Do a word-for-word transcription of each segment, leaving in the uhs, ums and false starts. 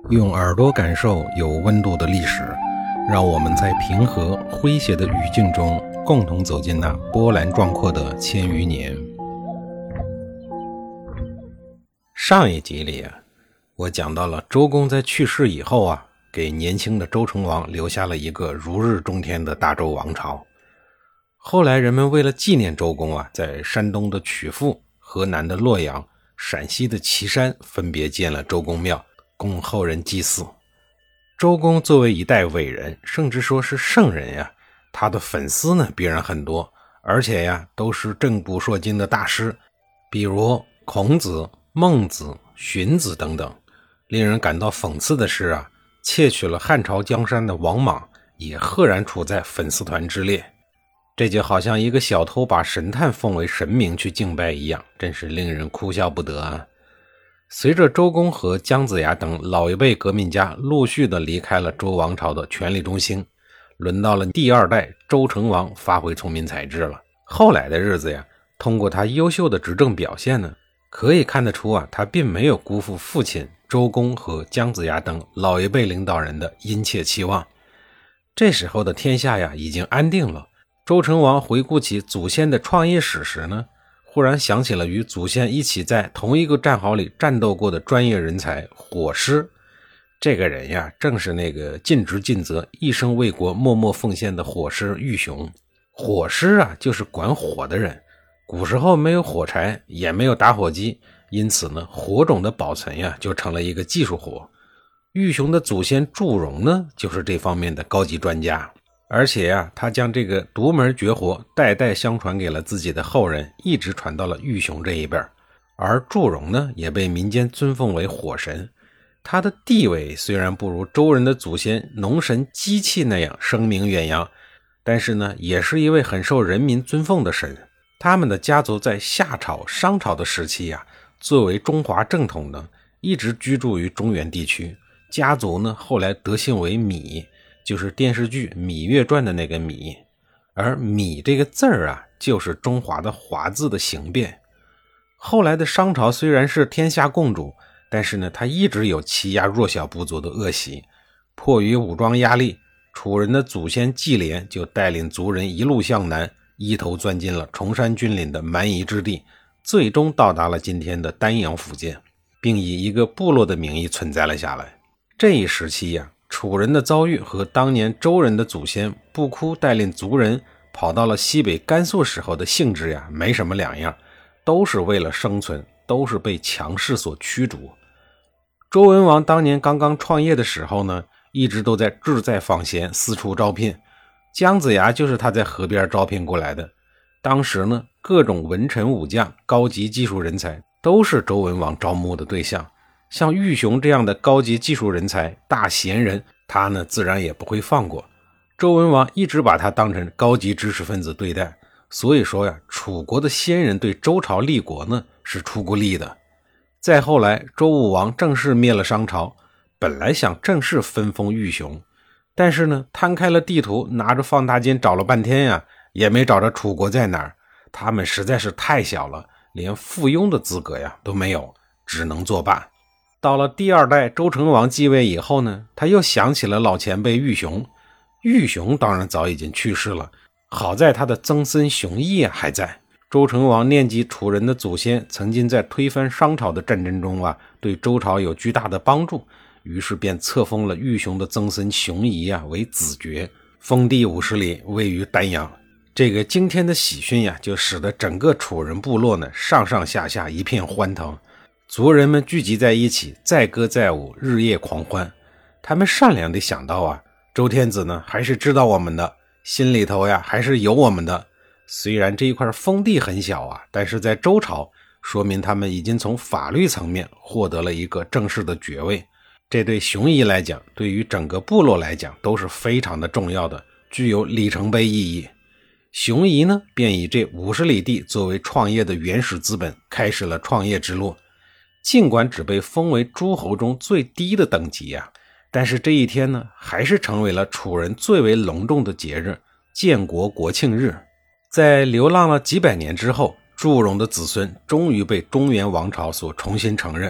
用耳朵感受有温度的历史，让我们在平和诙谐的语境中共同走进那波澜壮阔的千余年。上一集里啊，我讲到了周公在去世以后啊，给年轻的周成王留下了一个如日中天的大周王朝。后来人们为了纪念周公啊，在山东的曲阜、河南的洛阳、陕西的岐山分别建了周公庙，供后人祭祀。周公作为一代伟人，甚至说是圣人呀，他的粉丝呢必然很多，而且呀都是正古烁今的大师，比如孔子、孟子、荀子等等。令人感到讽刺的是啊，窃取了汉朝江山的王莽也赫然处在粉丝团之列。这就好像一个小偷把神探奉为神明去敬拜一样，真是令人哭笑不得啊。随着周公和姜子牙等老一辈革命家陆续的离开了周王朝的权力中心，轮到了第二代周成王发挥聪明才智了。后来的日子呀，通过他优秀的执政表现呢，可以看得出啊，他并没有辜负父亲周公和姜子牙等老一辈领导人的殷切期望。这时候的天下呀，已经安定了。周成王回顾起祖先的创业史时呢，忽然想起了与祖先一起在同一个战壕里战斗过的专业人才火师。这个人呀，正是那个尽职尽责、一生为国默默奉献的火师玉熊。火师啊，就是管火的人。古时候没有火柴，也没有打火机，因此呢，火种的保存呀，就成了一个技术活。玉熊的祖先祝融呢，就是这方面的高级专家。而且啊，他将这个独门绝活代代相传给了自己的后人，一直传到了玉熊这一辈。而祝融呢，也被民间尊奉为火神。他的地位虽然不如周人的祖先农神机器那样声名远扬，但是呢，也是一位很受人民尊奉的神。他们的家族在夏朝、商朝的时期啊，作为中华正统呢，一直居住于中原地区。家族呢，后来得姓为芈，就是电视剧《芈月传》的那个芈，而芈这个字儿啊，就是中华的华字的形变。后来的商朝虽然是天下共主，但是呢，他一直有欺压弱小部族的恶习。迫于武装压力，楚人的祖先季廉就带领族人一路向南，一头钻进了崇山峻岭的蛮夷之地，最终到达了今天的丹阳附近，并以一个部落的名义存在了下来。这一时期呀、啊，楚人的遭遇和当年周人的祖先不哭带领族人跑到了西北甘肃时候的性质呀，没什么两样，都是为了生存，都是被强势所驱逐。周文王当年刚刚创业的时候呢，一直都在志在访贤，四处招聘。姜子牙就是他在河边招聘过来的。当时呢，各种文臣武将、高级技术人才都是周文王招募的对象。像玉熊这样的高级技术人才、大贤人，他呢自然也不会放过。周文王一直把他当成高级知识分子对待，所以说呀，楚国的先人对周朝立国呢是出过力的。再后来，周武王正式灭了商朝，本来想正式分封玉熊，但是呢，摊开了地图，拿着放大镜找了半天呀，也没找着楚国在哪儿。他们实在是太小了，连附庸的资格呀都没有，只能作罢。到了第二代周成王继位以后呢，他又想起了老前辈玉熊。玉熊当然早已经去世了，好在他的曾孙熊绎还在。周成王念及楚人的祖先曾经在推翻商朝的战争中啊，对周朝有巨大的帮助，于是便册封了玉熊的曾孙熊绎啊为子爵，封地五十里，位于丹阳。这个惊天的喜讯呀，就使得整个楚人部落呢上上下下一片欢腾。族人们聚集在一起，载歌载舞，日夜狂欢。他们善良地想到啊，周天子呢还是知道我们的，心里头呀还是有我们的。虽然这一块封地很小啊，但是在周朝，说明他们已经从法律层面获得了一个正式的爵位。这对熊绎来讲，对于整个部落来讲都是非常的重要的，具有里程碑意义。熊绎呢，便以这五十里地作为创业的原始资本，开始了创业之路。尽管只被封为诸侯中最低的等级啊，但是这一天呢，还是成为了楚人最为隆重的节日——建国国庆日。在流浪了几百年之后，祝融的子孙终于被中原王朝所重新承认。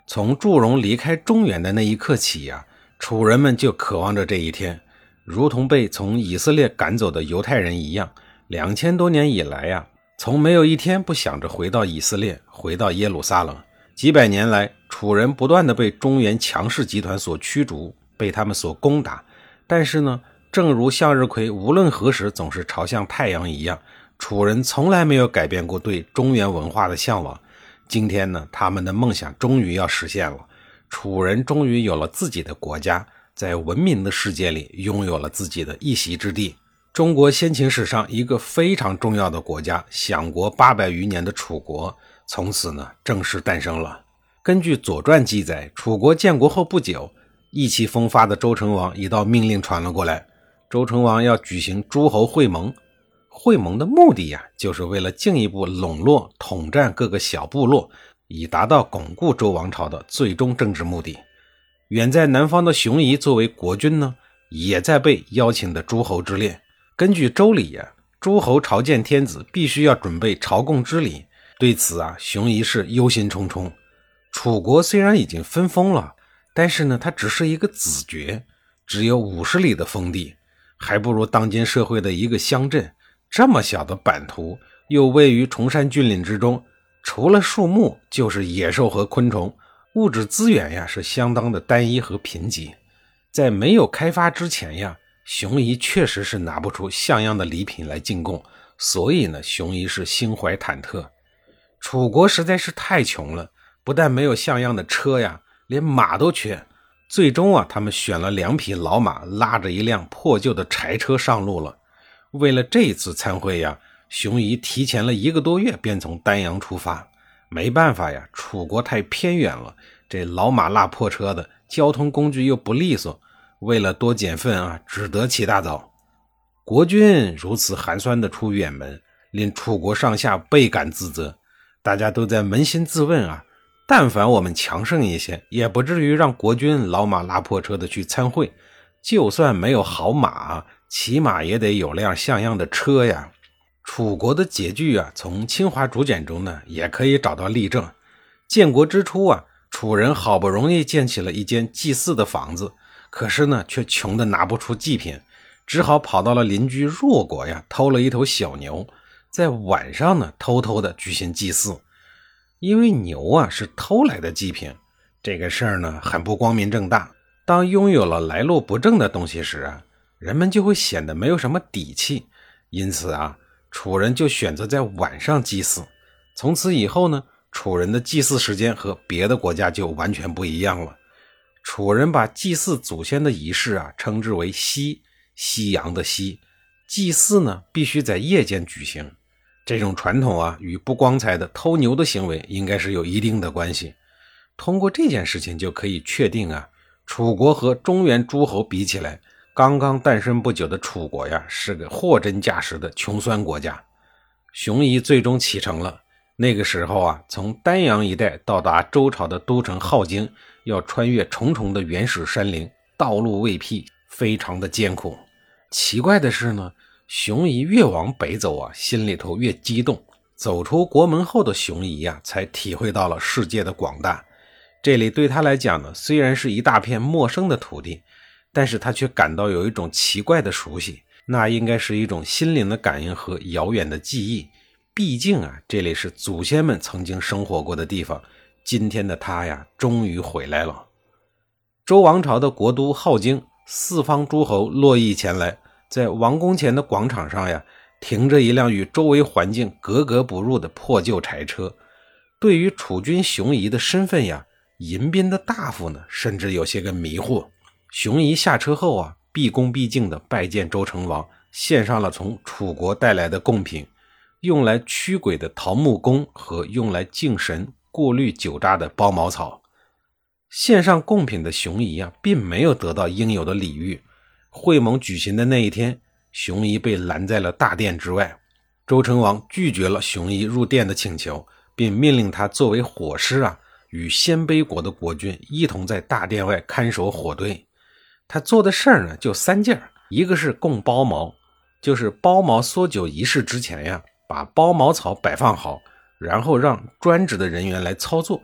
从祝融离开中原的那一刻起呀、啊，楚人们就渴望着这一天，如同被从以色列赶走的犹太人一样，两千多年以来呀、啊，从没有一天不想着回到以色列，回到耶路撒冷。几百年来，楚人不断的被中原强势集团所驱逐，被他们所攻打。但是呢，正如向日葵无论何时总是朝向太阳一样，楚人从来没有改变过对中原文化的向往。今天呢，他们的梦想终于要实现了，楚人终于有了自己的国家，在文明的世界里拥有了自己的一席之地。中国先秦史上一个非常重要的国家，享国八百余年的楚国，从此呢正式诞生了。根据《左传》记载，楚国建国后不久，意气风发的周成王一道命令传了过来，周成王要举行诸侯会盟。会盟的目的呀、啊，就是为了进一步笼络统战各个小部落，以达到巩固周王朝的最终政治目的。远在南方的熊夷作为国君呢，也在被邀请的诸侯之列。根据周礼呀、啊，诸侯朝见天子必须要准备朝贡之礼，对此啊，熊夷是忧心忡忡。楚国虽然已经分封了，但是呢，它只是一个子爵，只有五十里的封地，还不如当今社会的一个乡镇。这么小的版图，又位于崇山峻岭之中，除了树木就是野兽和昆虫，物质资源呀是相当的单一和贫瘠。在没有开发之前呀，熊夷确实是拿不出像样的礼品来进贡，所以呢，熊夷是心怀忐忑。楚国实在是太穷了，不但没有像样的车呀，连马都缺。最终啊，他们选了两匹老马，拉着一辆破旧的柴车上路了。为了这次参会呀，熊夷提前了一个多月便从丹阳出发。没办法呀，楚国太偏远了，这老马拉破车的交通工具又不利索，为了多减份啊，只得起大早。国君如此寒酸的出远门，令楚国上下倍感自责。大家都在扪心自问啊，但凡我们强盛一些，也不至于让国君老马拉破车的去参会。就算没有好马，起码也得有辆像样的车呀。楚国的拮据啊，从清华竹简中呢也可以找到例证。建国之初啊，楚人好不容易建起了一间祭祀的房子，可是呢却穷得拿不出祭品，只好跑到了邻居弱国呀，偷了一头小牛，在晚上呢偷偷的举行祭祀。因为牛啊是偷来的祭品，这个事儿呢很不光明正大。当拥有了来路不正的东西时啊，人们就会显得没有什么底气，因此啊，楚人就选择在晚上祭祀。从此以后呢，楚人的祭祀时间和别的国家就完全不一样了。楚人把祭祀祖先的仪式啊称之为夕，夕阳的夕。祭祀呢必须在夜间举行。这种传统啊与不光彩的偷牛的行为应该是有一定的关系。通过这件事情就可以确定啊，楚国和中原诸侯比起来，刚刚诞生不久的楚国呀，是个货真价实的穷酸国家。熊夷最终启程了。那个时候啊，从丹阳一带到达周朝的都城镐京，要穿越重重的原始山林，道路未辟，非常的艰苦。奇怪的是呢，熊夷越往北走啊，心里头越激动。走出国门后的熊夷啊，才体会到了世界的广大。这里对他来讲呢，虽然是一大片陌生的土地，但是他却感到有一种奇怪的熟悉，那应该是一种心灵的感应和遥远的记忆。毕竟啊，这里是祖先们曾经生活过的地方，今天的他呀，终于回来了。周王朝的国都镐京，四方诸侯络绎前来，在王宫前的广场上呀，停着一辆与周围环境格格不入的破旧柴车。对于楚军熊夷的身份呀，迎宾的大夫呢，甚至有些个迷惑。熊夷下车后啊，毕恭毕敬地拜见周成王，献上了从楚国带来的贡品，用来驱鬼的桃木弓和用来敬神、过滤酒渣的包茅草。献上贡品的熊夷啊，并没有得到应有的礼遇。会盟举行的那一天，熊夷被拦在了大殿之外。周成王拒绝了熊夷入殿的请求，并命令他作为火师啊，与鲜卑国的国君一同在大殿外看守火堆。他做的事儿呢，就三件，一个是供包茅，就是包茅缩酒仪式之前呀，把包茅草摆放好，然后让专职的人员来操作。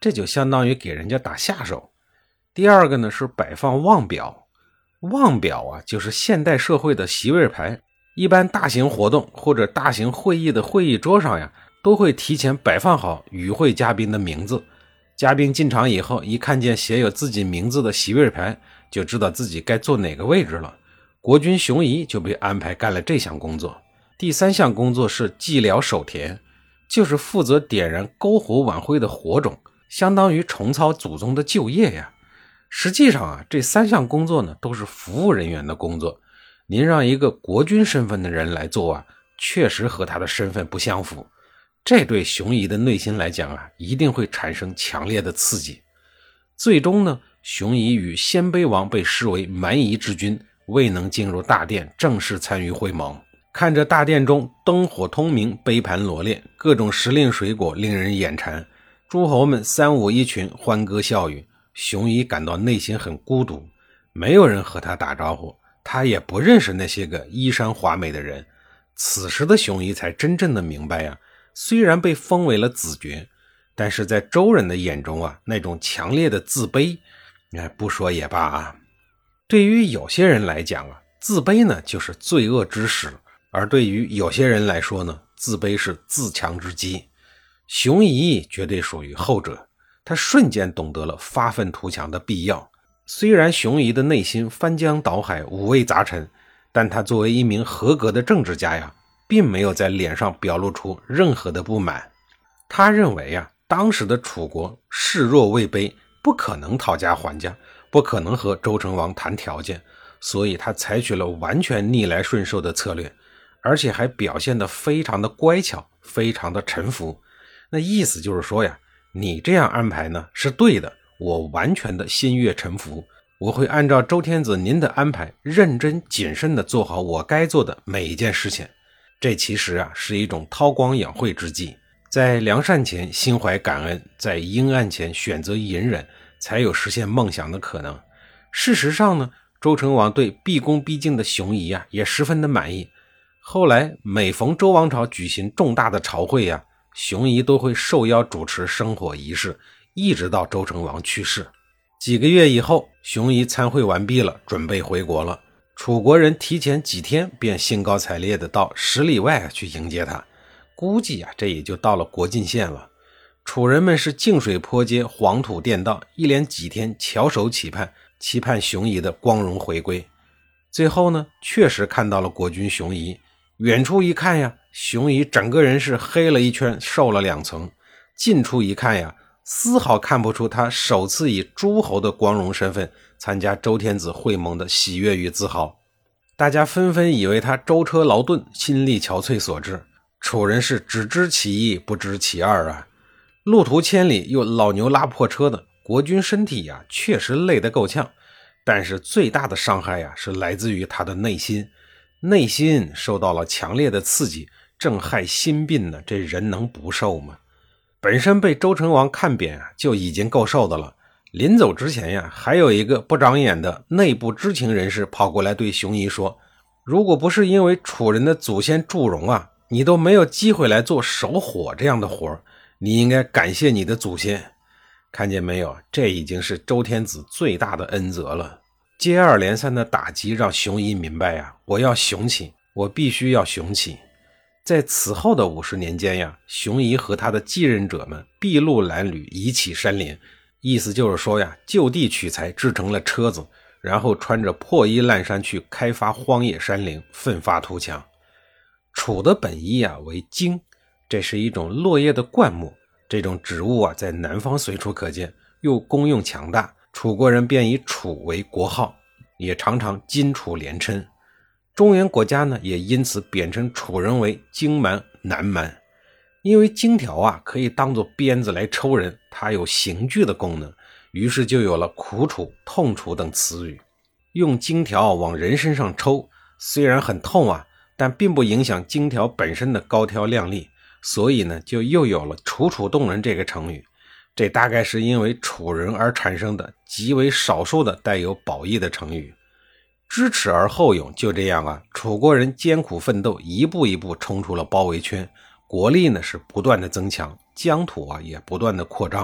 这就相当于给人家打下手。第二个呢是摆放望表，望表啊就是现代社会的席位牌，一般大型活动或者大型会议的会议桌上呀，都会提前摆放好与会嘉宾的名字。嘉宾进场以后，一看见写有自己名字的席位牌，就知道自己该坐哪个位置了。国军雄仪就被安排干了这项工作。第三项工作是祭辽守田，就是负责点燃篝火晚会的火种，相当于重操祖宗的旧业呀。实际上啊，这三项工作呢都是服务人员的工作。您让一个国军身份的人来做啊，确实和他的身份不相符。这对雄仪的内心来讲啊，一定会产生强烈的刺激。最终呢，雄仪与鲜卑王被视为蛮夷之君，未能进入大殿正式参与会盟。看着大殿中灯火通明，杯盘罗列，各种时令水果令人眼馋，诸侯们三五一群，欢歌笑语，雄仪感到内心很孤独，没有人和他打招呼，他也不认识那些个衣衫华美的人。此时的雄仪才真正的明白呀、啊，虽然被封为了子爵，但是在周人的眼中啊，那种强烈的自卑，哎，不说也罢啊。对于有些人来讲啊，自卑呢就是罪恶之始，而对于有些人来说呢，自卑是自强之基。雄仪绝对属于后者，他瞬间懂得了发愤图强的必要。虽然雄仪的内心翻江倒海，五味杂陈，但他作为一名合格的政治家呀，并没有在脸上表露出任何的不满。他认为啊，当时的楚国示弱位卑，不可能讨价还价，不可能和周成王谈条件，所以他采取了完全逆来顺受的策略，而且还表现得非常的乖巧，非常的臣服。那意思就是说呀，你这样安排呢是对的，我完全的心悦诚服，我会按照周天子您的安排，认真谨慎地做好我该做的每一件事情。这其实啊是一种韬光养晦之计，在良善前心怀感恩，在阴暗前选择隐忍，才有实现梦想的可能。事实上呢，周成王对毕恭毕敬的雄仪啊也十分的满意。后来每逢周王朝举行重大的朝会啊，雄仪都会受邀主持生火仪式，一直到周成王去世。几个月以后，雄仪参会完毕了，准备回国了。楚国人提前几天便兴高采烈地到十里外去迎接他，估计啊这也就到了国境线了。楚人们是净水坡街，黄土垫道，一连几天翘首企盼，期盼雄仪的光荣回归。最后呢，确实看到了国君雄仪。远处一看呀，雄仪整个人是黑了一圈，瘦了两层。近处一看呀，丝毫看不出他首次以诸侯的光荣身份参加周天子会盟的喜悦与自豪。大家纷纷以为他舟车劳顿，心力憔悴所致。楚人是只知其一，不知其二啊。路途千里又老牛拉破车的，国君身体呀确实累得够呛，但是最大的伤害呀是来自于他的内心。内心受到了强烈的刺激，正害心病呢，这人能不受吗？本身被周成王看扁啊，就已经够受的了。临走之前呀，还有一个不长眼的内部知情人士跑过来对雄仪说，如果不是因为楚人的祖先祝融啊，你都没有机会来做守火这样的活，你应该感谢你的祖先。看见没有，这已经是周天子最大的恩泽了。接二连三的打击让雄仪明白呀，我要雄起，我必须要雄起。在此后的五十年间呀，雄仪和他的继任者们筚路蓝缕，移起山林，意思就是说呀，就地取材制成了车子，然后穿着破衣烂衫去开发荒野山林，奋发图强。楚的本意啊为荆，这是一种落叶的灌木，这种植物啊在南方随处可见，又功用强大，楚国人便以楚为国号，也常常荆楚连称。中原国家呢也因此贬称楚人为荆蛮、南蛮。因为荆条啊可以当作鞭子来抽人，它有刑具的功能，于是就有了苦楚、痛楚等词语。用荆条往人身上抽，虽然很痛啊，但并不影响荆条本身的高挑亮丽，所以呢就又有了楚楚动人这个成语。这大概是因为楚人而产生的极为少数的带有褒义的成语。知耻而后勇，就这样啊，楚国人艰苦奋斗，一步一步冲出了包围圈，国力呢是不断的增强，疆土啊也不断的扩张。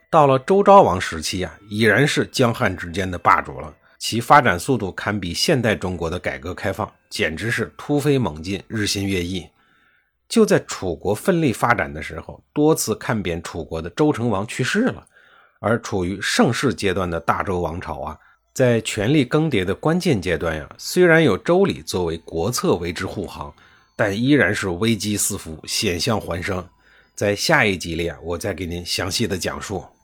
到了周昭王时期啊，已然是江汉之间的霸主了，其发展速度堪比现代中国的改革开放，简直是突飞猛进，日新月异。就在楚国奋力发展的时候，多次看扁楚国的周成王去世了，而处于盛世阶段的大周王朝啊，在权力更迭的关键阶段呀，虽然有周礼作为国策为之护航，但依然是危机四伏，险象环生。在下一集里啊，我再给您详细的讲述。